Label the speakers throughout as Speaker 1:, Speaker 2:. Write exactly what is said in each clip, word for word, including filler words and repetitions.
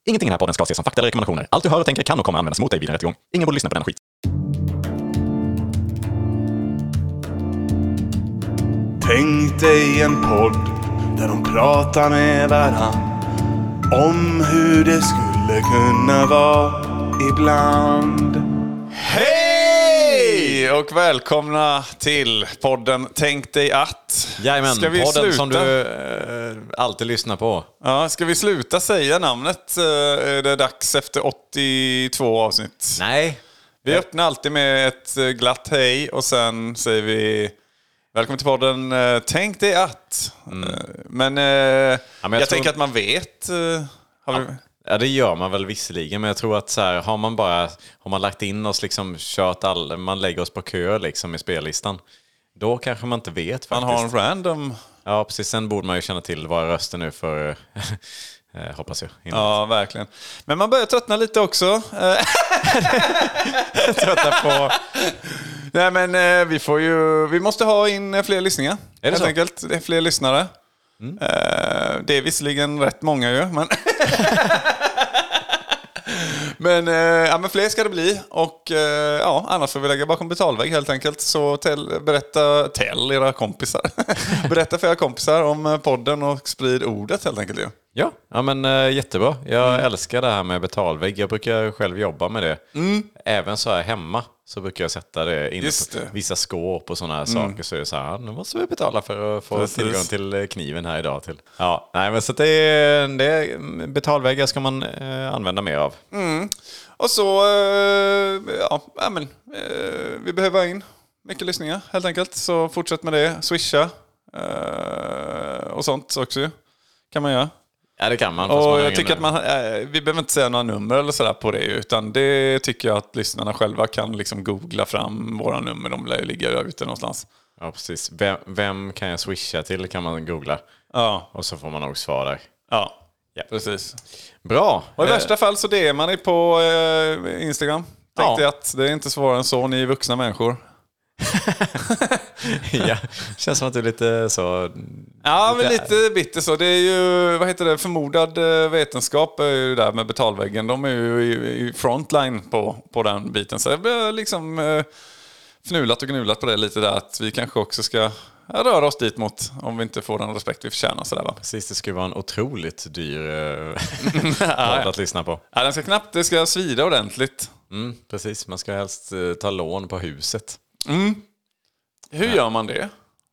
Speaker 1: Ingenting i den här podden ska ses som fakta eller rekommendationer. Allt du hör och tänker kan och kommer användas mot dig vid en rättegång. Ingen borde lyssna på den skit.
Speaker 2: Tänk dig en podd där de pratar med varann om hur det skulle kunna vara ibland.
Speaker 3: Hej och välkomna till podden Tänk dig att.
Speaker 4: Jajamän,
Speaker 3: ska vi
Speaker 4: podden
Speaker 3: sluta?
Speaker 4: som du äh, alltid lyssnar på.
Speaker 3: Ja, ska vi sluta säga namnet? Är det dags efter åttiotvå avsnitt?
Speaker 4: Nej.
Speaker 3: Vi öppnar alltid med ett glatt hej och sen säger vi välkommen till podden Tänk dig att. Mm. Men, eh, ja, men jag, jag tror... tänker att man vet. Har vi...
Speaker 4: Ja, det gör man väl visserligen, men jag tror att så här, har man bara har man lagt in oss liksom kört all, man lägger oss på kö liksom i spellistan, då kanske man inte vet faktiskt.
Speaker 3: Man har en random.
Speaker 4: Ja, precis. Sen borde man ju känna till vad rösten nu för eh, hoppas jag. Innan.
Speaker 3: Ja, verkligen. Men man börjar tröttna lite också.
Speaker 4: Tröttna på.
Speaker 3: Nej, men eh, vi får ju vi måste ha in fler lyssningar.
Speaker 4: Är det
Speaker 3: helt
Speaker 4: så?
Speaker 3: enkelt. Det är fler lyssnare. Mm. Eh, det är visserligen rätt många ju, men men, eh, ja, men fler ska det bli. Och eh, ja, annars får vi lägga bakom betalvägg helt enkelt. Så tell, berätta tell era kompisar. Berätta för era kompisar om podden och sprid ordet helt enkelt. Ju.
Speaker 4: Ja, ja men äh, jättebra. Jag mm. älskar det här med betalvägg. Jag brukar själv jobba med det. Mm. Även så här hemma så brukar jag sätta det in på vissa skåp och sådana här mm. saker. Så är det så här, nu måste vi betala för att få Precis. tillgång till kniven här idag. Till. Ja, nej, men så det är, det är betalväggar ska man äh, använda mer av.
Speaker 3: Mm. Och så, äh, ja, ja men, äh, vi behöver in mycket lyssningar helt enkelt. Så fortsätt med det, swisha äh, och sånt också kan man göra.
Speaker 4: Ja, det kan man.
Speaker 3: Och
Speaker 4: man
Speaker 3: jag tycker att man, äh, vi behöver inte säga några nummer eller sådär på det, utan det tycker jag att lyssnarna själva kan liksom googla fram våra nummer. De lär ligga ute någonstans.
Speaker 4: Ja, precis. Vem, vem kan jag swisha till kan man googla.
Speaker 3: Ja.
Speaker 4: Och så får man nog svar där.
Speaker 3: Ja, ja. Precis.
Speaker 4: Bra.
Speaker 3: Och i eh. värsta fall så D M man är på eh, Instagram. Tänkte ja. att det är inte svårare än så, ni är vuxna människor.
Speaker 4: Ja, känns som att du är lite så.
Speaker 3: Ja, men lite bitter så. Det är ju, vad heter det, förmodad vetenskap är ju där med betalväggen. De är ju i frontline på, på den biten. Så jag blir liksom eh, fnulat och gnulat på det lite där. Att vi kanske också ska röra oss dit mot, om vi inte får den respekt vi förtjänar. Så där, va?
Speaker 4: Precis, det skulle vara en otroligt dyr eh, att lyssna på.
Speaker 3: Ja, den ska knappt, det ska svida ordentligt.
Speaker 4: Mm, precis, man ska helst eh, ta lån på huset.
Speaker 3: Mm. Hur ja. gör man det?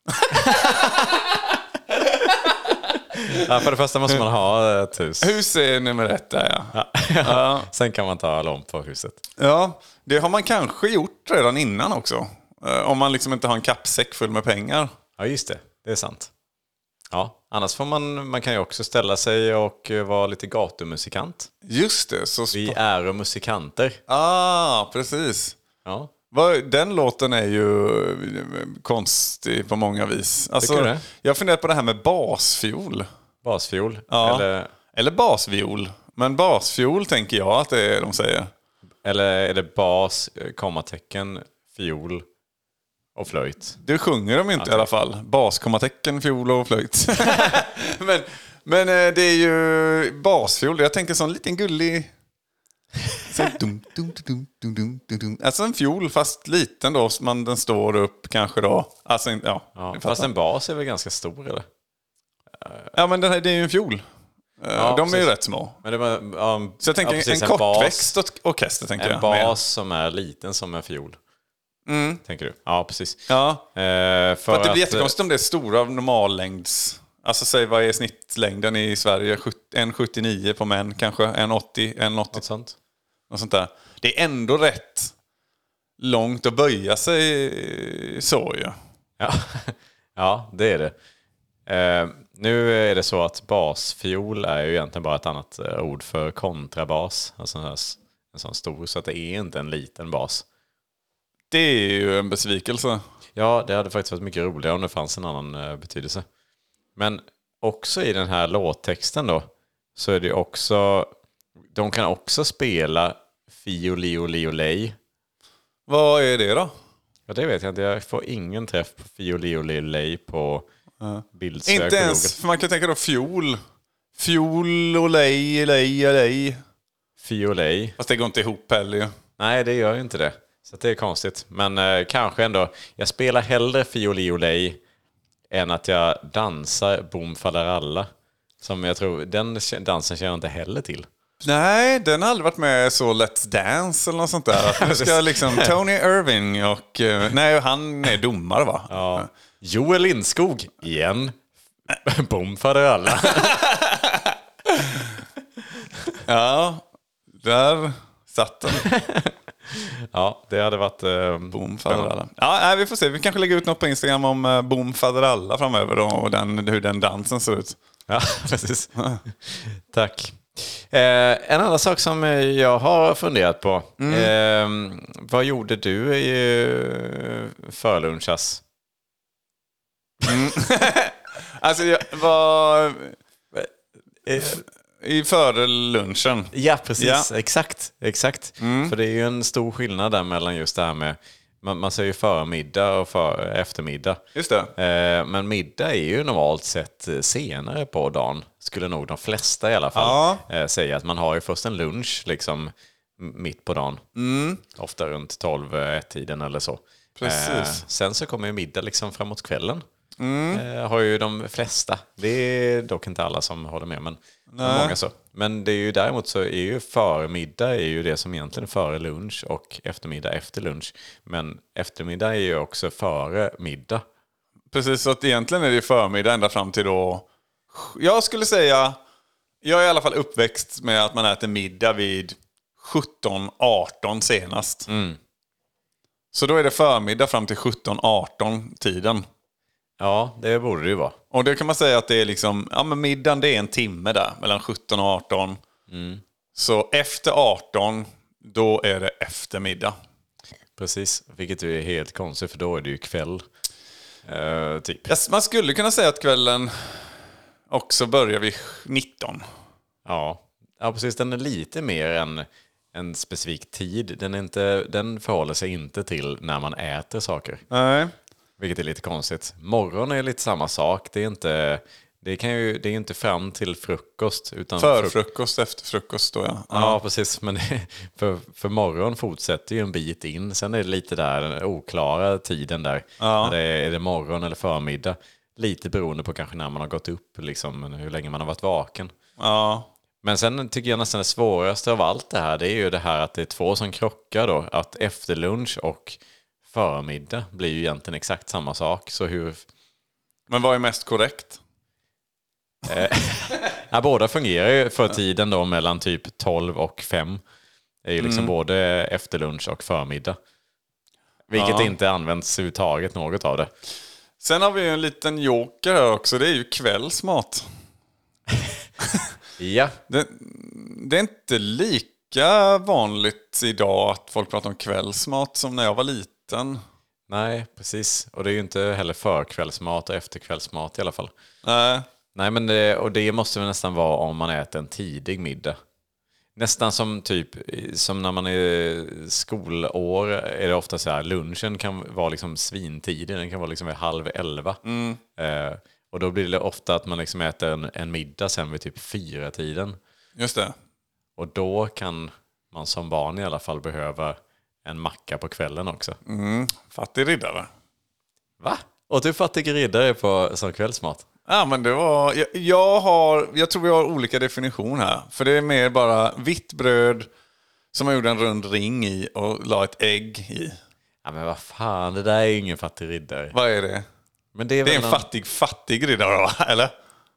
Speaker 4: Ja, för det första måste man ha ett hus.
Speaker 3: Hus är nummer ett där, ja.
Speaker 4: Ja. Ja. Sen kan man ta lån på huset.
Speaker 3: Ja, det har man kanske gjort redan innan också. Om man liksom inte har en kappsäck full med pengar.
Speaker 4: Ja, just det. Det är sant. Ja, annars får man, man kan ju också ställa sig och vara lite gatumusikant.
Speaker 3: Just det. Så
Speaker 4: Vi är musikanter.
Speaker 3: Ah, precis.
Speaker 4: Ja.
Speaker 3: Den låten är ju konstig på många vis. Alltså, jag funderar på det här med basfiol.
Speaker 4: Basfiol?
Speaker 3: Ja.
Speaker 4: Eller...
Speaker 3: Eller basviol. Men basfiol tänker jag att det är de säger.
Speaker 4: Eller är det bas, kommatecken, fiol och flöjt?
Speaker 3: Det sjunger de inte okay. i alla fall. Bas, kommatecken, fiol och flöjt. men, men det är ju basfiol. Jag tänker sån liten gullig... dum, dum, dum, dum, dum, dum. Alltså en fiol fast liten då, man den står upp kanske då. Alltså, ja,
Speaker 4: ja, fast en bas är väl ganska stor eller?
Speaker 3: Ja, men det, här, det är ju en fiol. Ja, de precis. är ju rätt små.
Speaker 4: Men det var, um,
Speaker 3: så jag tänker ja, en, en kortväxt orkester tänker
Speaker 4: en
Speaker 3: jag.
Speaker 4: En bas med. Som är liten som en fiol.
Speaker 3: Mm.
Speaker 4: Tänker du? Ja, precis.
Speaker 3: Ja.
Speaker 4: Eh, för,
Speaker 3: för att det blir
Speaker 4: att,
Speaker 3: jättekonstigt om det är stora normallängds. Alltså säg vad är snittlängden i Sverige? en komma sjuttionio på män kanske, en komma åttio, en komma åttio.
Speaker 4: Något sånt.
Speaker 3: Och sånt där. Det är ändå rätt långt att böja sig så ju.
Speaker 4: Ja, ja det är det. Eh, nu är det så att basfiol är ju egentligen bara ett annat ord för kontrabas. Alltså en sån stor, så att det är inte en liten bas.
Speaker 3: Det är ju en besvikelse.
Speaker 4: Ja, det hade faktiskt varit mycket roligare om det fanns en annan eh, betydelse. Men också i den här låttexten då, så är det också... De kan också spela fiolioliolej.
Speaker 3: Vad är det då?
Speaker 4: Ja, det vet jag inte. Jag får ingen träff på fiolioliolej på uh. bildsök.
Speaker 3: Inte ens, för man kan tänka då fiol. Fiol och lej, lej, lej.
Speaker 4: fiolej.
Speaker 3: Fast det går inte ihop heller ju.
Speaker 4: Nej, det gör ju inte det. Så det är konstigt. Men eh, kanske ändå. Jag spelar hellre fiolej än att jag dansar Boom Faderalla. Som jag tror, den dansen känner jag inte heller till.
Speaker 3: Nej, den har aldrig varit med så Let's Dance eller något sånt där. Att nu ska liksom Tony Irving och... Nej, han är domare va?
Speaker 4: Ja. Joel Lindskog, igen. Boom Faderalla.
Speaker 3: Ja, där satt den.
Speaker 4: Ja, det hade varit... Eh,
Speaker 3: Boom Faderalla. Ja, nej, vi får se. Vi kanske lägger ut något på Instagram om eh, Boom Faderalla framöver då, och den, hur den dansen ser ut.
Speaker 4: Ja, precis. Tack. Eh, en annan sak som jag har funderat på. Mm. Eh, vad gjorde du i eh, förlunchas?
Speaker 3: Mm. Alltså, jag var... I före lunchen.
Speaker 4: Ja, precis.
Speaker 3: Ja.
Speaker 4: Exakt. Exakt. Mm. För det är ju en stor skillnad där mellan just det här med... Man, man säger ju förmiddag och för, eftermiddag.
Speaker 3: Just det.
Speaker 4: Eh, men middag är ju normalt sett senare på dagen. Skulle nog de flesta i alla fall ja. eh, säga. Att man har ju först en lunch liksom mitt på dagen. Mm. Ofta runt tolv-ett-tiden eller så.
Speaker 3: Precis.
Speaker 4: Eh, sen så kommer ju middag liksom framåt kvällen. Mm. Eh, har ju de flesta. Det är dock inte alla som håller med, men många så. Men det är ju däremot så är ju förmiddag är ju det som egentligen är före lunch och eftermiddag efter lunch. Men eftermiddag är ju också före middag.
Speaker 3: Precis, så att egentligen är det förmiddag ända fram till då... Jag skulle säga... Jag är i alla fall uppväxt med att man äter middag vid sjutton arton senast. Mm. Så då är det förmiddag fram till sjutton arton tiden.
Speaker 4: Ja, det borde det ju vara.
Speaker 3: Och det kan man säga att det är liksom, ja men middagen det är en timme där, mellan sjutton och arton. Mm. Så efter arton, då är det eftermiddag.
Speaker 4: Precis, vilket är helt konstigt för då är det ju kväll. Uh, typ.
Speaker 3: Yes, man skulle kunna säga att kvällen också börjar vid nitton.
Speaker 4: Ja, ja precis. Den är lite mer än en specifik tid. Den, är inte, den förhåller sig inte till när man äter saker.
Speaker 3: Nej.
Speaker 4: Vilket är lite konstigt. Morgon är lite samma sak. Det är inte, det kan ju, det är inte fram till frukost. Utan
Speaker 3: för fruk- frukost, efter frukost då ja.
Speaker 4: Ja, ja precis. Men för, för morgon fortsätter ju en bit in. Sen är det lite där den oklara tiden där. Ja. När det är, är det morgon eller förmiddag. Lite beroende på kanske när man har gått upp. Liksom, hur länge man har varit vaken.
Speaker 3: Ja.
Speaker 4: Men sen tycker jag nästan det svåraste av allt det här. Det är ju det här att det är två som krockar då. Att efterlunch och förmiddag blir ju egentligen exakt samma sak. Så hur...
Speaker 3: Men vad är mest korrekt?
Speaker 4: ja, båda fungerar ju för tiden då mellan typ tolv och fem. Det är ju liksom mm. både efterlunch och förmiddag. Vilket ja. inte används överhuvudtaget något av det.
Speaker 3: Sen har vi ju en liten joker här också. Det är ju kvällsmat.
Speaker 4: Ja.
Speaker 3: Det, det är inte lika vanligt idag att folk pratar om kvällsmat som när jag var liten.
Speaker 4: Nej, precis. Och det är ju inte heller förkvällsmat och efterkvällsmat i alla fall.
Speaker 3: Nej.
Speaker 4: Nej, men det, och det måste väl nästan vara om man äter en tidig middag. Nästan som typ som när man är skolår är det ofta så här, lunchen kan vara liksom svintidig, den kan vara liksom vid halv elva. Mm. Eh, och då blir det ofta att man liksom äter en, en middag sen vid typ fyra tiden.
Speaker 3: Just det.
Speaker 4: Och då kan man som barn i alla fall behöva en macka på kvällen också.
Speaker 3: Mm. Fattig riddare.
Speaker 4: Va? Och du fattig riddare på som kvällsmat?
Speaker 3: Ja, men det var... Jag, jag, har, jag tror vi har olika definitioner här. För det är mer bara vitt bröd som man gjorde en rund ring i och la ett ägg i.
Speaker 4: Ja, men vad fan, det där är ju ingen fattig riddare.
Speaker 3: Vad är det?
Speaker 4: Men det är,
Speaker 3: det är en
Speaker 4: någon...
Speaker 3: fattig, fattig riddare då, eller?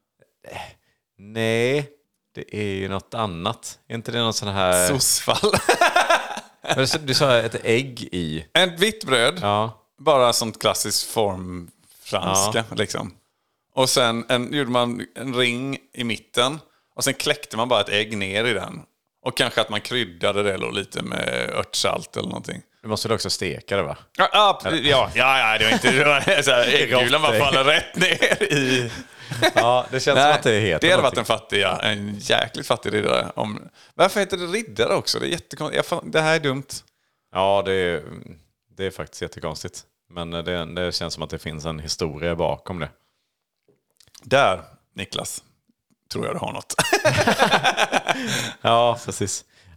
Speaker 4: Nej, det är ju något annat. Är inte det någon sån här...
Speaker 3: Sossfall.
Speaker 4: Du sa ett ägg i...
Speaker 3: Ett vitt bröd.
Speaker 4: Ja.
Speaker 3: Bara sånt klassiskt form franska, ja. Liksom. Och sen en, gjorde man en ring i mitten. Och sen kläckte man bara ett ägg ner i den. Och kanske att man kryddade det då lite med örtsalt eller någonting.
Speaker 4: Du måste väl också steka det, va?
Speaker 3: Ja, ja, ja, ja det var inte... Det var så här, äggulan bara faller rätt ner i...
Speaker 4: Ja, det känns
Speaker 3: Nej,
Speaker 4: som att det heter
Speaker 3: det hade varit en fattig, ja, en jäkligt fattig riddare. Om... Varför heter det riddare också? Det är jättekonstigt. Jag, det här är dumt.
Speaker 4: Ja, det är, det är faktiskt jättekonstigt. Men det, det känns som att det finns en historia bakom det.
Speaker 3: Där, Niklas, tror jag du har något.
Speaker 4: Ja, precis.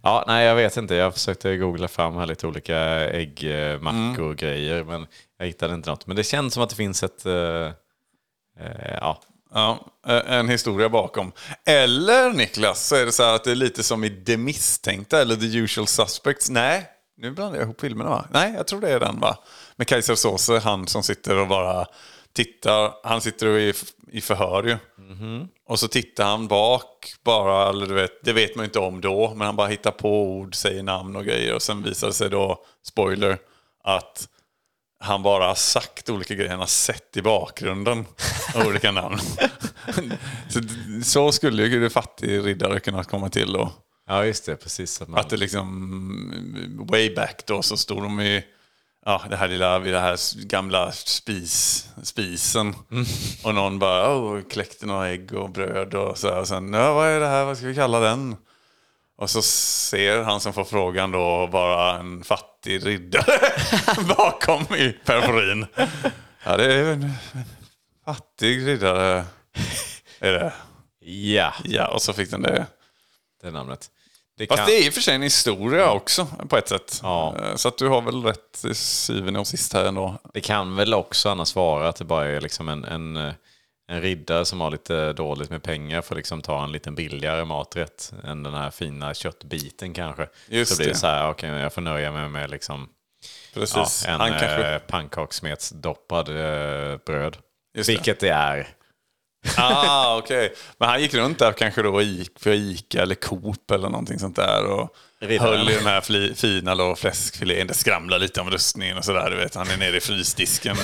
Speaker 4: Ja, nej jag vet inte. Jag försökte googla fram här lite olika äggmackor och grejer. Men jag hittade inte något. Men det känns som att det finns ett... Uh, uh, ja.
Speaker 3: Ja, en historia bakom. Eller Niklas, så är det så här att det är lite som i Det misstänkta eller The Usual Suspects. Nej, nu blandar jag ihop filmerna va? Nej, jag tror det är den va? Med Kaiser Soze, han som sitter och bara tittar. Han sitter i, i förhör ju. Mm-hmm. Och så tittar han bak bara, eller du vet, det vet man inte om då. Men han bara hittar på ord, säger namn och grejer. Och sen visar det sig då, spoiler, att han bara har sagt olika grejer. Han har sett i bakgrunden olika namn. så, så skulle ju det fattig riddare kunna komma till då.
Speaker 4: Ja, just det. Precis.
Speaker 3: Att, man... att det liksom way back då så stod de i ja, det här lilla vid det här gamla spis, spisen. Mm. Och någon bara oh, kläckte några ägg och bröd och så här. Och sen, ja, vad är det här? Vad ska vi kalla den? Och så ser han som får frågan då bara en fattig riddare bakom i periferin. Ja, det är en fattig riddare. Är det?
Speaker 4: Ja.
Speaker 3: Ja, och så fick den det.
Speaker 4: Det namnet. Det
Speaker 3: Fast
Speaker 4: kan...
Speaker 3: det är i och för sig en historia också på ett sätt.
Speaker 4: Ja.
Speaker 3: Så att du har väl rätt i syvende och sist här ändå.
Speaker 4: Det kan väl också annars vara att det bara är liksom en... en En riddare som har lite dåligt med pengar får liksom ta en liten billigare maträtt än den här fina köttbiten kanske.
Speaker 3: Just
Speaker 4: så blir det,
Speaker 3: det.
Speaker 4: Så här, okej, okay, jag får nöja mig med liksom
Speaker 3: precis.
Speaker 4: Ja, en
Speaker 3: Han kanske...
Speaker 4: eh, pannkakssmetsdoppad eh, bröd.
Speaker 3: Just
Speaker 4: vilket det. det är.
Speaker 3: Ah, okej. Okay. Men han gick runt där kanske då gick på Ica eller Coop eller någonting sånt där och riddaren höll i den här fli, fina då fläskfilén. Det skramlar lite om rustningen och sådär. Du vet, han är nere i frysdisken.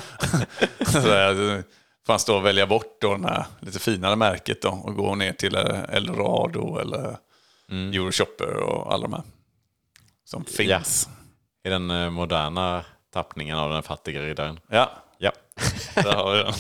Speaker 3: sådär. Får han stå och välja bort då den här lite finare märket då och gå ner till Eldorado eller mm. Euroshopper och alla de här som finns.
Speaker 4: Ja. I den eh, moderna tappningen av den fattiga riddaren.
Speaker 3: Ja,
Speaker 4: ja.
Speaker 3: Där har vi den.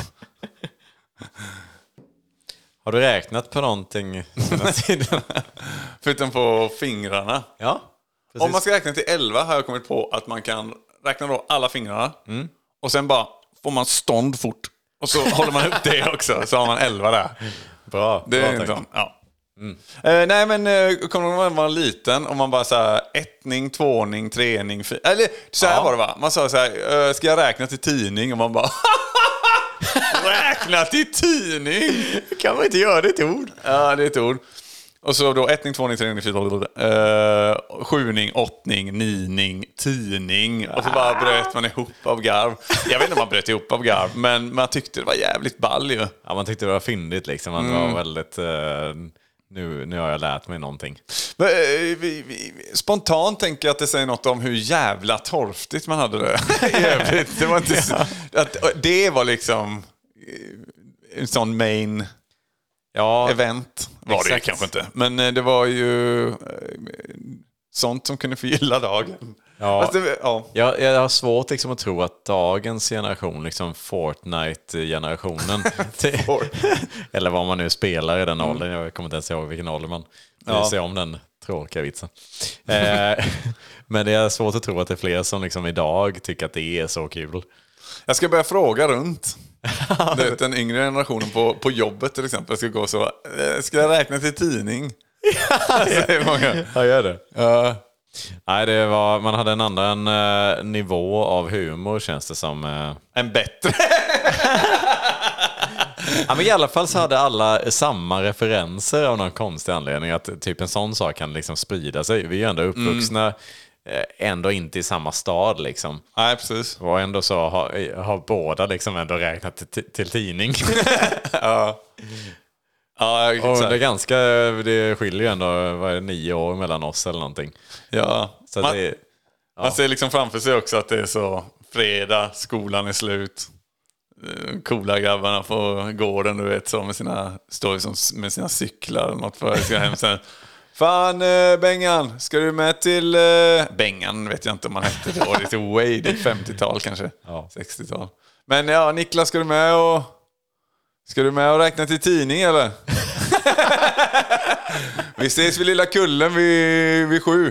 Speaker 4: Har du räknat på någonting den tiden?
Speaker 3: Förutom på fingrarna.
Speaker 4: Ja,
Speaker 3: precis. Om man ska räkna till elva har jag kommit på att man kan räkna då alla fingrarna mm. och sen bara får man stånd fort. Och så håller man upp det också, så har man elva där.
Speaker 4: Bra,
Speaker 3: det är
Speaker 4: bra
Speaker 3: inte ja. mm. eh, Nej men eh, kommer man vara liten om man bara så här ettning, tvåning, trening, fy- eller så här ja. var det va. Man sa så här, eh, ska jag räkna till tidning och man bara räkna till tidning.
Speaker 4: Kan man inte göra det ett ord?
Speaker 3: Ja, det är ett ord. Och så då ettning, tvåning, trening, fyraning, uh, sjuning, åttning, nining, tining. Och så bara bröt man ihop av garv. Jag vet inte om man bröt ihop av garv, men man tyckte det var jävligt ball ju.
Speaker 4: Ja, man tyckte det var fyndigt liksom. Man mm. var väldigt... Uh, nu, nu har jag lärt mig någonting.
Speaker 3: Men, uh, vi, vi, spontant tänker jag att det säger något om hur jävla torftigt man hade det. I övrigt. Det var inte så, att, det var liksom en sån main...
Speaker 4: Ja,
Speaker 3: event var exakt. Det kanske inte. Men det var ju sånt som kunde förgylla dagen.
Speaker 4: Ja, det, ja. Jag, jag har svårt liksom att tro att dagens generation, liksom Fortnite-generationen eller vad man nu spelar i den mm. åldern, jag kommer inte ens ihåg vilken ålder man ja. ser om den tråkiga vitsen. eh, men det är svårt att tro att det är fler som liksom idag tycker att det är så kul.
Speaker 3: Jag ska börja fråga runt. Det, den yngre generationen på, på jobbet till exempel ska gå så. Ska jag räkna till tidning?
Speaker 4: Ja, ja. Många. Ja, gör det.
Speaker 3: Uh.
Speaker 4: Nej, det var, man hade en annan uh, nivå av humor känns det som. Uh...
Speaker 3: En bättre.
Speaker 4: Ja, men i alla fall så hade alla samma referenser av någon konstig anledning. Att typ en sån sak kan liksom sprida sig. Vi är ju ändå uppvuxna. Mm. Ändå inte i samma stad liksom.
Speaker 3: Nej, precis.
Speaker 4: Och ändå så har, har båda liksom ändå räknat till, till tidning.
Speaker 3: Ja. Ja, jag
Speaker 4: och det är ganska, det skiljer ju ändå vad är det, nio år mellan oss eller någonting.
Speaker 3: Ja.
Speaker 4: Så
Speaker 3: man,
Speaker 4: det, ja.
Speaker 3: man ser liksom framför sig också att det är så fredag, skolan är slut. Coola grabbarna på gården, du vet, så med sina, står som med sina cyklar eller något för att ska hem sen. Fan, eh, Bengan, ska du med till... Eh, Bengan vet jag inte om man hette då. Det är way, det är femtiotal kanske.
Speaker 4: Ja.
Speaker 3: sextiotal. Men ja, Niklas, ska du med och... Ska du med och räkna till tidning, eller? Vi ses vid Lilla Kullen vid, vid sju.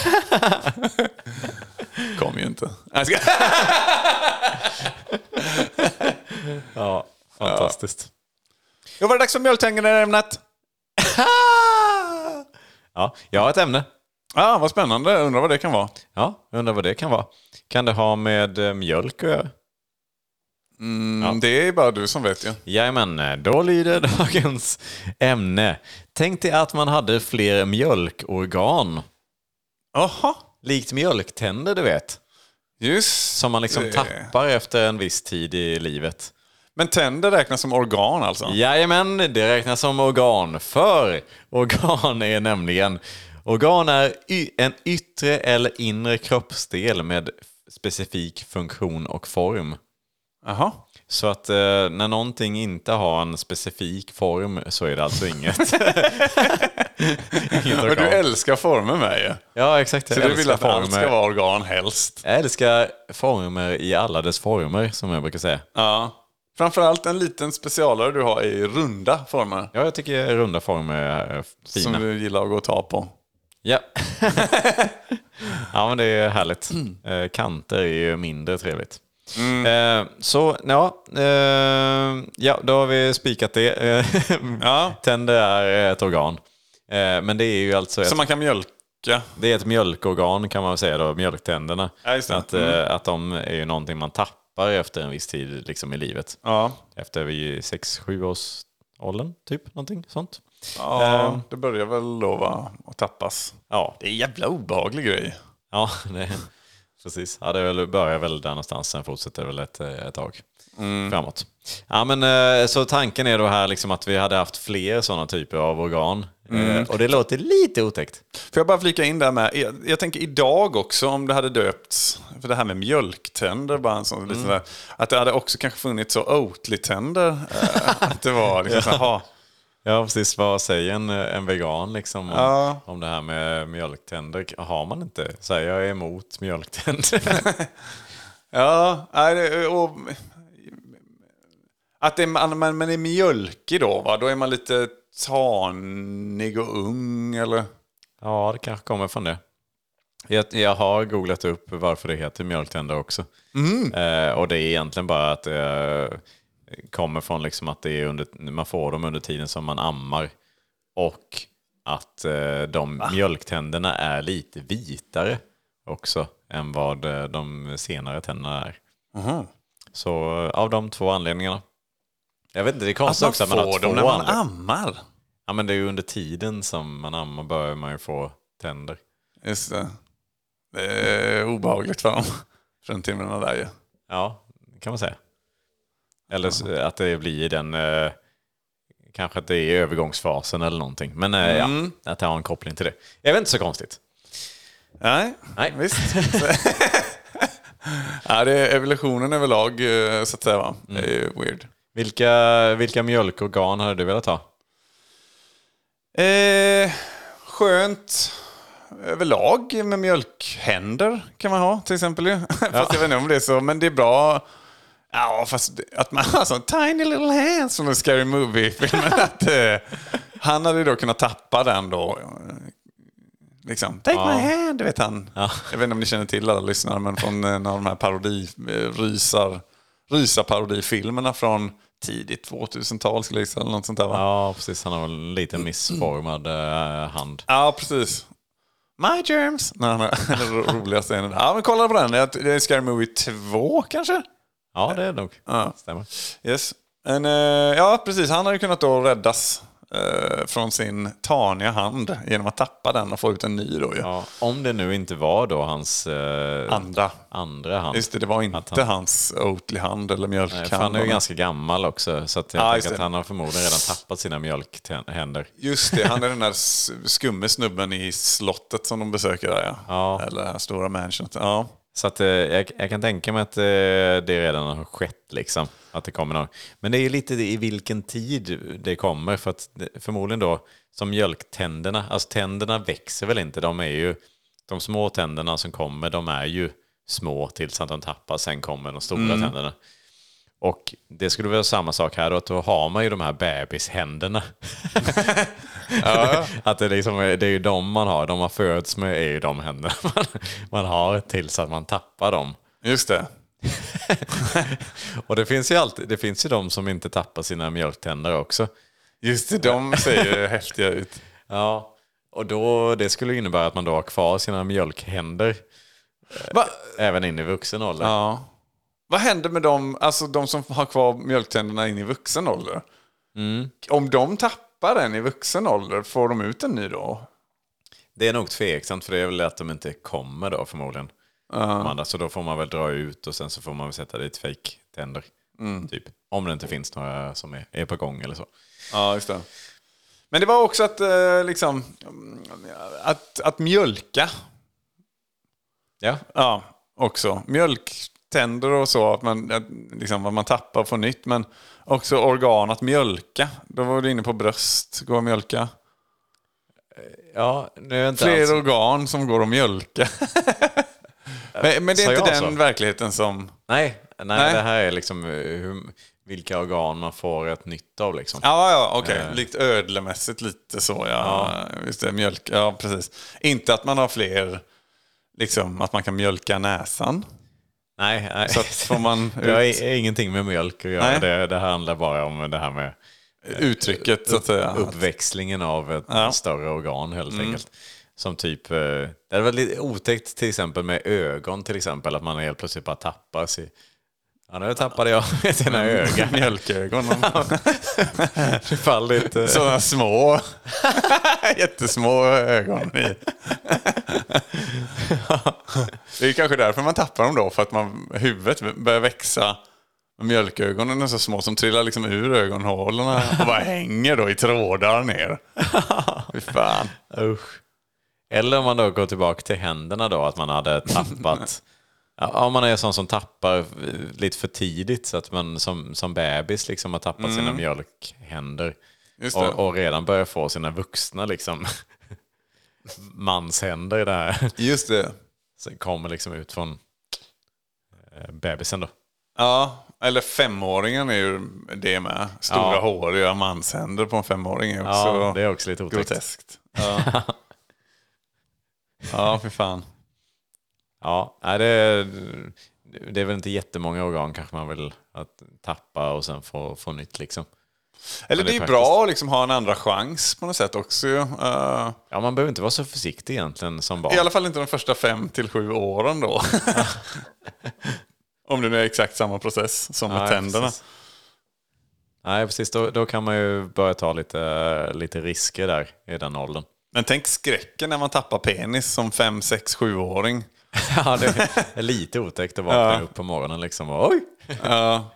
Speaker 3: Kom ju inte. Jag ska...
Speaker 4: Ja, fantastiskt.
Speaker 3: Ja, var det dags för mjöltängen i ämnet?
Speaker 4: Ja, jag har ett ämne.
Speaker 3: Ah, vad spännande. Undrar vad det kan vara.
Speaker 4: Ja, undrar vad det kan vara. Kan det ha med eh, mjölk att göra?
Speaker 3: Mm, ja. Det är bara du som vet ju.
Speaker 4: Jajamän, då lyder dagens ämne. Tänk dig att man hade fler mjölkorgan.
Speaker 3: Jaha.
Speaker 4: Likt mjölktänder, du vet.
Speaker 3: Just.
Speaker 4: Som man liksom
Speaker 3: det.
Speaker 4: tappar efter en viss tid i livet.
Speaker 3: Men tänder räknas som organ alltså?
Speaker 4: Jajamän, det räknas som organ. För organ är nämligen... Organ är y- en yttre eller inre kroppsdel med specifik funktion och form.
Speaker 3: Jaha.
Speaker 4: Så att eh, när någonting inte har en specifik form så är det alltså inget. inget
Speaker 3: Men du älskar former med ju.
Speaker 4: Ja, exakt.
Speaker 3: Så du vill att allt ska vara organ helst?
Speaker 4: Jag älskar former i alla dess former, som jag brukar säga.
Speaker 3: Ja. Framförallt en liten specialare du har i runda former.
Speaker 4: Ja, jag tycker runda former är fina.
Speaker 3: Som du gillar att gå och ta på.
Speaker 4: Ja. Ja, men det är härligt. Mm. Kanter är ju mindre trevligt. Mm. Eh, så, ja. Eh, ja, då har vi spikat det. Ja. Tänder är ett organ. Eh, men det är ju alltså... Ett,
Speaker 3: som man kan mjölka.
Speaker 4: Det är ett mjölkorgan kan man säga då, mjölktänderna.
Speaker 3: Ja, just det.
Speaker 4: Att,
Speaker 3: mm.
Speaker 4: eh, att de är ju någonting man tappar efter en viss tid liksom, i livet.
Speaker 3: Ja.
Speaker 4: Efter vid sex sju års åldern, typ. Någonting sånt.
Speaker 3: Ja, eh, det börjar väl då va, att tappas.
Speaker 4: Ja.
Speaker 3: Det är en jävla obehaglig grej.
Speaker 4: Ja, det precis. Ja, det börjar väl där någonstans, sen fortsätter väl ett, ett tag mm. framåt. Ja, men så tanken är då här liksom att vi hade haft fler sådana typer av organ. Mm. Och det låter lite otäckt.
Speaker 3: Får jag bara flika in där med, jag, jag tänker idag också om det hade döpts, för det här med mjölktänder, bara en sån, mm. lite där, att det hade också kanske funnits så Oatly-tänder. Att det var liksom så här,
Speaker 4: ja, precis. Vad säger en, en vegan liksom om,
Speaker 3: ja.
Speaker 4: om det här med mjölktänder? Har man inte? Så här, jag är emot mjölktänder.
Speaker 3: Ja, och att det är, man, man är mjölkig då, va? Då är man lite tanig och ung, eller?
Speaker 4: Ja, det kanske kommer från det. Jag, jag har googlat upp varför det heter mjölktänder också. Mm. Eh, och det är egentligen bara att det eh, kommer från liksom att det är under, man får dem under tiden som man ammar. Och att eh, de Va? mjölktänderna är lite vitare också än vad de senare tänderna är. Mm. Så av de två anledningarna. Jag vet inte, det är konstigt också att man får
Speaker 3: dem när man ammar.
Speaker 4: Ja, men det är ju under tiden som man ammar börjar man ju få tänder.
Speaker 3: Just det. Det är obehagligt för dem. Fruntimmerna där ju.
Speaker 4: Ja, kan man säga. Eller ja. Att det blir den... Eh, kanske att det är övergångsfasen eller någonting. Men eh, mm. ja, att det har en koppling till det. Jag vet inte så konstigt.
Speaker 3: Nej,
Speaker 4: Nej.
Speaker 3: Visst. Ja, det är evolutionen överlag, så att säga, va? Det är ju weird.
Speaker 4: Vilka, vilka mjölkorgan hade du velat ha?
Speaker 3: Eh, skönt överlag med mjölkhänder kan man ha till exempel. Ja. Fast jag vet inte om det är så, men det är bra. Ja, fast att man har sån tiny little hands som en Scary Movie-filmen. att eh, han hade då kunnat tappa den då. Liksom, take ja. my hand, du vet han. Ja. Jag vet inte om ni känner till alla lyssnare, men från en av de här parodi, rysar, rysar-parodifilmerna från tidigt tvåtusental skulle jag säga, eller något sånt där, va?
Speaker 4: Ja, precis. Han har en liten missformad uh, hand.
Speaker 3: Ja, precis. My germs. Nej, nej, det roliga scenen. Ja, men kolla på den. Det är Scary Movie två kanske?
Speaker 4: Ja, det är nog.
Speaker 3: Ja.
Speaker 4: Stämmer.
Speaker 3: Yes. En, uh, ja, precis. Han har ju kunnat då räddas uh, från sin taniga hand genom att tappa den och få ut en ny då.
Speaker 4: Ja, om det nu inte var då hans uh,
Speaker 3: andra.
Speaker 4: andra hand.
Speaker 3: Just det, det var inte han... hans Oatly-hand eller mjölkhand.
Speaker 4: Nej, han är ju ganska gammal också, så att jag ah, tänker att han har förmodligen redan tappat sina mjölkhänder.
Speaker 3: Just det, han är den där skumme snubben i slottet som de besöker där, ja.
Speaker 4: Ja.
Speaker 3: Eller det här stora mansionet. Ja.
Speaker 4: Så att, eh, jag, jag kan tänka mig att eh, det redan har skett liksom, att det kommer någon. Men det är ju lite i vilken tid det kommer, för att förmodligen då som mjölktänderna, alltså tänderna växer väl inte, de är ju de små tänderna som kommer, de är ju små tills att de tappar, sen kommer de stora mm. tänderna. Och det skulle vara samma sak här då, att då har man ju de här bebishänderna. Ja. Att det är, liksom, det är ju de man har, de man föds med är ju de händerna man, man har tills att man tappar dem.
Speaker 3: Just det.
Speaker 4: Och det finns ju alltid, det finns ju de som inte tappar sina mjölktänder också.
Speaker 3: Just det, de ser ju häftiga ut.
Speaker 4: Ja, Och då, det skulle innebära att man då har kvar sina mjölkhänder.
Speaker 3: Va?
Speaker 4: Även in i vuxen ålder.
Speaker 3: Ja. Vad händer med dem, alltså de som har kvar mjölktänderna in i vuxen ålder? Mm. Om de tappar den i vuxen ålder, får de ut en ny då?
Speaker 4: Det är nog tveksamt, för det är väl att de inte kommer då förmodligen. Uh. Så då får man väl dra ut och sen så får man väl sätta dit fake-tänder. Mm. Typ. Om det inte finns några som är, är på gång eller så.
Speaker 3: Ja, just det. Men det var också att eh, liksom att, att mjölka.
Speaker 4: Ja.
Speaker 3: Ja, också. Mjölktänder och så, att man, att, liksom, att man tappar och får nytt. Men också organ att mjölka. Då var du inne på bröst, gå och mjölka.
Speaker 4: Ja, nu är inte
Speaker 3: Fler
Speaker 4: alls...
Speaker 3: organ som går att mjölka. men, men det är inte den
Speaker 4: så?
Speaker 3: verkligheten som...
Speaker 4: Nej, nej, nej, det här är liksom hur, vilka organ man får ett nytt av liksom.
Speaker 3: Ja, ja, okej. Okay. Likt ödlemässigt lite så, ja. ja. Just det, mjölk, ja, precis. Inte att man har fler, liksom, att man kan mjölka näsan.
Speaker 4: Nej, nej.
Speaker 3: Så att får man ut...
Speaker 4: Det har ingenting med mjölk att göra. Det, det handlar bara om det här med
Speaker 3: uttrycket, så att säga.
Speaker 4: Uppväxlingen av ett ja. större organ helt mm. enkelt. Som typ, det är väl lite otäckt till exempel med ögon till exempel, att man helt plötsligt bara tappar sig. Ja, nu tappade jag sina ögon.
Speaker 3: Mjölkögon.
Speaker 4: Det faller lite.
Speaker 3: Sådana små, jättesmå ögon i. Det är kanske därför man tappar dem då, för att man, huvudet börjar växa. Mjölkögonen är så små som trillar liksom ur ögonhålorna och bara hänger då i trådar ner. Fy fan.
Speaker 4: Usch. Eller om man då går tillbaka till händerna då, att man hade tappat... Ja, om man är sån som tappar lite för tidigt, så att man som, som bebis liksom har tappat mm. sina mjölkhänder.
Speaker 3: Just det.
Speaker 4: Och, och redan börjar få sina vuxna liksom manshänder där.
Speaker 3: Just det.
Speaker 4: Sen kommer liksom ut från eh, bebisen då.
Speaker 3: Ja, eller femåringen är ju det med. Stora ja. håriga manshänder på en femåring är också,
Speaker 4: ja, det är också lite otäckt.
Speaker 3: Groteskt. Ja, ja för fan.
Speaker 4: Ja, nej, det, är, det är väl inte jättemånga organ kanske man vill att tappa och sen få, få nytt liksom.
Speaker 3: Eller det, det är, är bra att liksom ha en andra chans på något sätt också. Uh,
Speaker 4: ja, man behöver inte vara så försiktig egentligen som barn.
Speaker 3: I alla fall inte de första fem till sju åren då. Om det nu är exakt samma process som med Nej, tänderna.
Speaker 4: Precis. Nej, precis. Då, då kan man ju börja ta lite, lite risker där i den åldern.
Speaker 3: Men tänk skräcken när man tappar penis som fem, sex, sjuåring.
Speaker 4: Ja, det är lite otäckt att vakna ja. upp på morgonen liksom. Och, oj!
Speaker 3: Ja.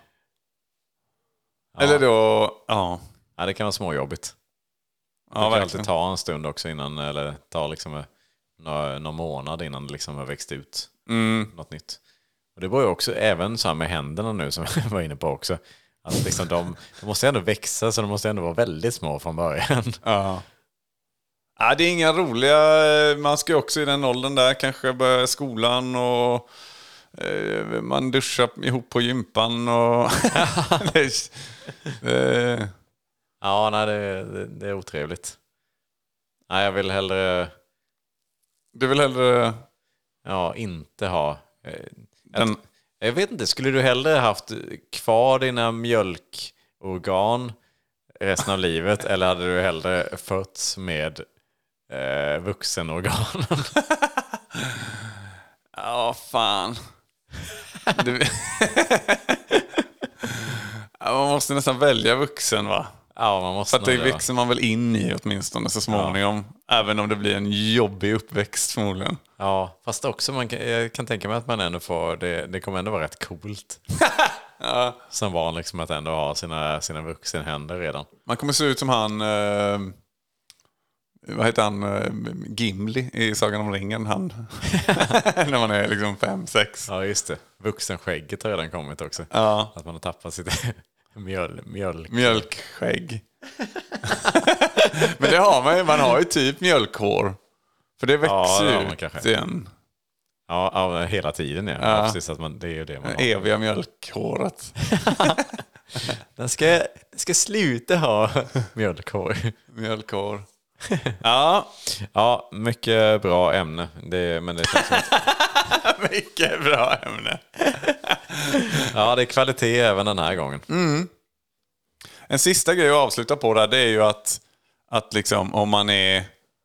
Speaker 3: Eller då, ja.
Speaker 4: Ja, det kan vara småjobbigt.
Speaker 3: Ja,
Speaker 4: det kan
Speaker 3: verkligen.
Speaker 4: alltid ta en stund också innan, eller ta liksom några, några månader innan det liksom har växt ut
Speaker 3: mm.
Speaker 4: något nytt. Och det var ju också även så här med händerna nu som jag var inne på också. Att liksom de, de måste ändå växa, så de måste ändå vara väldigt små från början.
Speaker 3: Ja. Ja, det är inga roliga, man ska ju också i den åldern där kanske börja skolan och eh, man duschar ihop på gympan och det, det...
Speaker 4: Ja, nej, det, det, det är otrevligt. Nej, jag vill hellre
Speaker 3: Du vill hellre
Speaker 4: ja, inte ha eh,
Speaker 3: den...
Speaker 4: att, jag vet inte, skulle du hellre haft kvar dina mjölkorgan resten av livet, eller hade du hellre fötts med Eh, vuxenorganen?
Speaker 3: Ja, fan. Du... ja, man måste nästan välja vuxen, va?
Speaker 4: Ja, man måste.
Speaker 3: För att det växer man väl in i åtminstone så småningom. Ja. Även om det blir en jobbig uppväxt förmodligen.
Speaker 4: Ja, fast också man kan, jag kan tänka mig att man ändå får, det, det kommer ändå vara rätt coolt.
Speaker 3: Ja.
Speaker 4: Som barn liksom, att ändå ha sina, sina vuxenhänder redan.
Speaker 3: Man kommer se ut som han... Eh... Vad heter han? Gimli i Sagan om ringen. Han. När man är liksom fem, sex.
Speaker 4: Ja, just det. Vuxenskägget har redan kommit också.
Speaker 3: Ja.
Speaker 4: Att man har tappat sitt mjöl, mjölk.
Speaker 3: mjölkskägg. Men det har man ju. Man har ju typ mjölkhår. För det växer ju ja, ut igen.
Speaker 4: Ja, ja, hela tiden. Ja. Ja. Ja, precis, att man, det är ju det man har.
Speaker 3: Eviga mjölkhåret.
Speaker 4: Den ska, den ska sluta ha mjölkhår.
Speaker 3: Mjölkhår. Ja.
Speaker 4: Ja, mycket bra ämne. Det, men det känns
Speaker 3: inte... mycket bra ämne.
Speaker 4: Ja, det är kvalitet även den här gången.
Speaker 3: Mm. En sista grej att avsluta på där, det är ju att, att liksom, om man är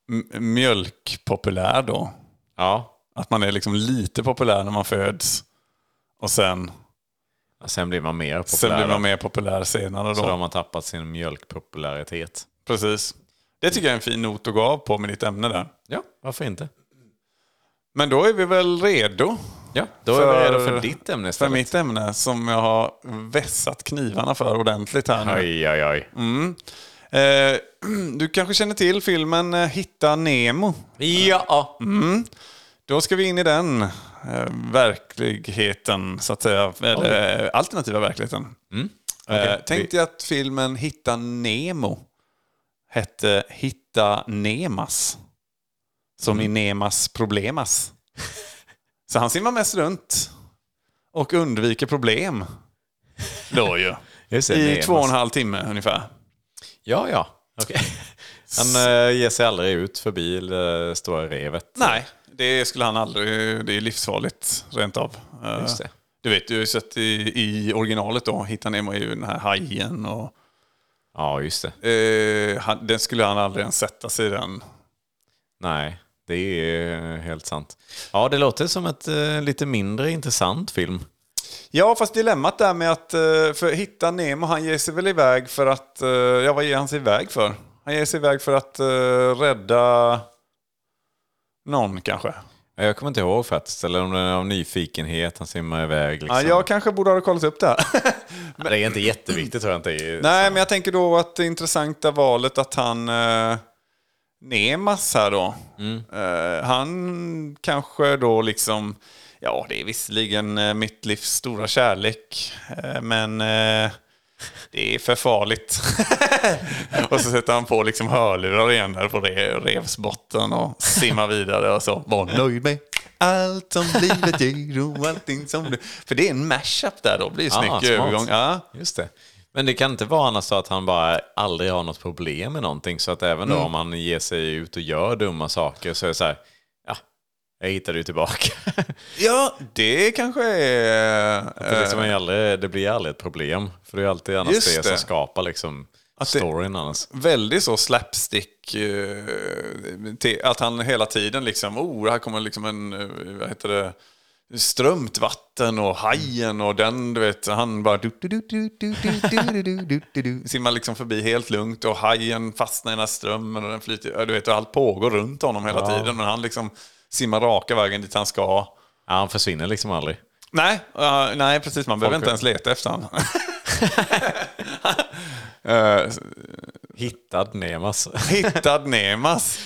Speaker 3: m- mjölkpopulär då.
Speaker 4: Ja.
Speaker 3: Att man är liksom lite populär när man föds. Och sen...
Speaker 4: Och sen blir man mer populär.
Speaker 3: Sen blir man mer populär senare då.
Speaker 4: Så då har man tappat sin mjölkpopularitet.
Speaker 3: Precis. Det tycker jag är en fin not att gå av på med ditt ämne där.
Speaker 4: Ja, varför inte?
Speaker 3: Men då är vi väl redo.
Speaker 4: Ja, då är vi redo för ditt ämne istället.
Speaker 3: För mitt ämne som jag har vässat knivarna för ordentligt här nu.
Speaker 4: Oj, oj, oj.
Speaker 3: Mm. Eh, du kanske känner till filmen Hitta Nemo?
Speaker 4: Ja.
Speaker 3: Mm. Då ska vi in i den eh, verkligheten, så att säga. Eller eh, alternativa verkligheten.
Speaker 4: Mm. Okay.
Speaker 3: Eh, tänkte jag att filmen Hitta Nemo hette Hitta Nemas. Som mm. i Nemas Problemas. Så han simmar mest runt och undviker problem. Då ju.
Speaker 4: Just det,
Speaker 3: I
Speaker 4: Nemas.
Speaker 3: två och en halv timme ungefär.
Speaker 4: Ja, ja. Okej. Okay. Han äh, ger sig aldrig ut förbi det stora revet.
Speaker 3: Nej, det skulle han aldrig. Det är livsfarligt rent av.
Speaker 4: Just det.
Speaker 3: Du vet, du har ju sett i, i originalet då. Hitta Nemo är ju den här hajen. Och,
Speaker 4: ja, just det.
Speaker 3: Eh, han, den skulle han aldrig ens sätta sig i den.
Speaker 4: Nej, det är helt sant. Ja, det låter som ett eh, lite mindre intressant film.
Speaker 3: Ja, fast dilemmat där med att för Hitta Nemo, han ger sig väl iväg för att, ja, vad ger han sig iväg för? Han ger sig iväg för att uh, rädda någon kanske.
Speaker 4: Jag kommer inte ihåg faktiskt, eller om det är av nyfikenhet han simmar iväg. Liksom.
Speaker 3: Ja, jag kanske borde ha kollat upp det här.
Speaker 4: Men det är inte jätteviktigt, tror jag inte. Är
Speaker 3: Nej, men jag tänker då att det intressanta valet att han... Uh, Nemas här då. Mm. Uh, han kanske då liksom... Ja, det är visserligen uh, mitt livs stora kärlek. Uh, men uh, det är för farligt. Och så sätter han på liksom hörlurar igen där på re- revsbotten och simmar vidare och så. Var nöjd med allt som livet ger och allting som du... För det är en mashup där då. Blir snygg övergång. Ja,
Speaker 4: just det. Men det kan inte vara annars så att han bara aldrig har något problem med någonting. Så att även då mm. om han ger sig ut och gör dumma saker så är det så här... Ja, jag hittar du tillbaka.
Speaker 3: Ja, det kanske är...
Speaker 4: Det, liksom är aldrig, det blir aldrig ett problem. För det är alltid annars det, det som skapar liksom att storyn annars.
Speaker 3: Väldigt så slapstick. Uh, till, att han hela tiden liksom... Oh, här kommer liksom en... Uh, vad heter det... strömt vatten och hajen och den, du vet, han bara du, du, du, du, du, du, du, du, du, du, simmar liksom förbi helt lugnt och hajen fastnar i den här strömmen och den flyter, du vet, och allt pågår runt honom hela ja. tiden, men han liksom simmar raka vägen dit han ska.
Speaker 4: Ja, han försvinner liksom aldrig.
Speaker 3: Nej, uh, nej precis, man Folk behöver inte ens leta efter han. uh,
Speaker 4: Hittad Nemas.
Speaker 3: Hittad Nemas.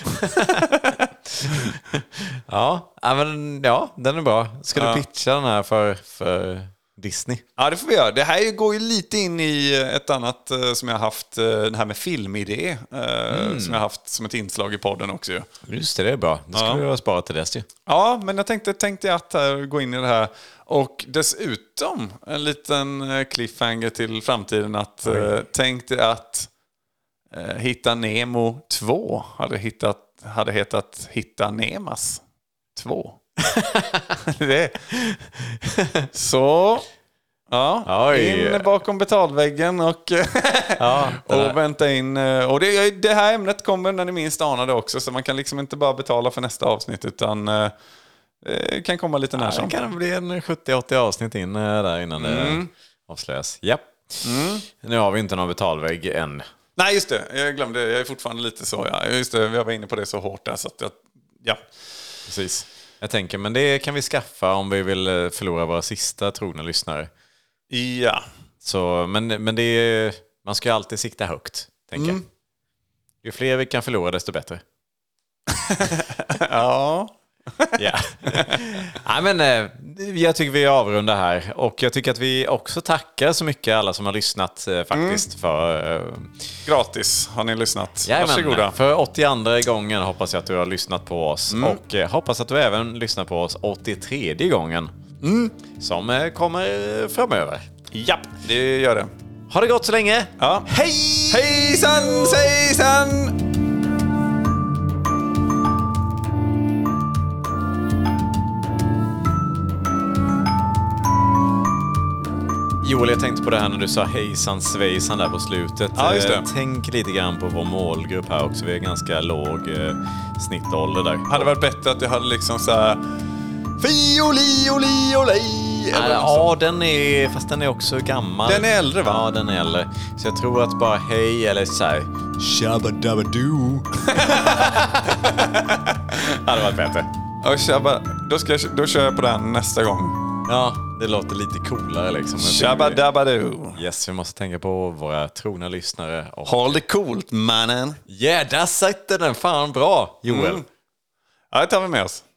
Speaker 4: ja, men, ja, den är bra. Ska du ja. pitcha den här för, för Disney?
Speaker 3: Ja, det får vi göra. Det här går ju lite in i ett annat uh, som jag har haft, uh, det här med filmidé. Uh, mm. Som jag har haft som ett inslag i podden också.
Speaker 4: Just det, det är bra. Det ska ja. vi ha sparat till dess ju.
Speaker 3: Ja, men jag tänkte, tänkte att uh, gå in i det här. Och dessutom en liten uh, cliffhanger till framtiden. Att uh, tänkte att uh, Hitta Nemo två hade hittat hade hetat Hitta Nemas två. det. Så ja, Oj. in bakom betalväggen och, ja, och vänta in. Och det, det här ämnet kommer när ni minst anar det också. Så man kan liksom inte bara betala för nästa avsnitt utan det kan komma lite när som.
Speaker 4: Det kan bli en sjuttio åttio avsnitt in där innan mm. det avslöjas. Japp. Mm. Nu har vi inte någon betalvägg än.
Speaker 3: Nej, just det. Jag glömde. Jag är fortfarande lite så. Ja. Just det. Vi var inne på det så hårt där. Så att jag, ja.
Speaker 4: Precis. Jag tänker, men det kan vi skaffa om vi vill förlora våra sista trogna lyssnare.
Speaker 3: Ja.
Speaker 4: Så, men men det är, man ska ju alltid sikta högt, tänker mm. jag. Ju fler vi kan förlora, desto bättre.
Speaker 3: ja.
Speaker 4: Ja. Nej, men eh, jag tycker vi avrundar här. Och jag tycker att vi också tackar så mycket alla som har lyssnat eh, faktiskt mm. för... Eh,
Speaker 3: gratis har ni lyssnat.
Speaker 4: Jajamän,
Speaker 3: varsågoda.
Speaker 4: För åttioandra gången hoppas jag att du har lyssnat på oss. Mm. Och eh, hoppas att du även lyssnar på oss åttiotredje gången.
Speaker 3: Mm.
Speaker 4: Som eh, kommer framöver.
Speaker 3: Japp, det gör det.
Speaker 4: Ha det gott så länge.
Speaker 3: Ja.
Speaker 4: Hej!
Speaker 3: Hejsan, hejsan!
Speaker 4: Joel Joel, jag tänkte på det här när du sa hejsan svejsan där på slutet.
Speaker 3: Ja, just det.
Speaker 4: Tänk lite grann på vår målgrupp här också. Vi är ganska låg eh, snittålder där.
Speaker 3: Hade varit bättre att jag hade liksom så här... Fioli, oli, olej.
Speaker 4: Ja, ja, den är... Fast den är också gammal.
Speaker 3: Den är äldre, va?
Speaker 4: Ja, den är äldre. Så jag tror att bara hej eller så här... Shabba-dabba-doo. hade varit bättre.
Speaker 3: Ja, shabba, då, ska jag, då kör jag på den nästa gång.
Speaker 4: Ja, det låter lite coolare liksom.
Speaker 3: Shabba-dabba-doo.
Speaker 4: Yes, vi måste tänka på våra trogna lyssnare. Och...
Speaker 3: Håll det coolt, mannen.
Speaker 4: Yeah, där sitter den fan bra, Joel. Mm.
Speaker 3: Ja, det tar vi med oss.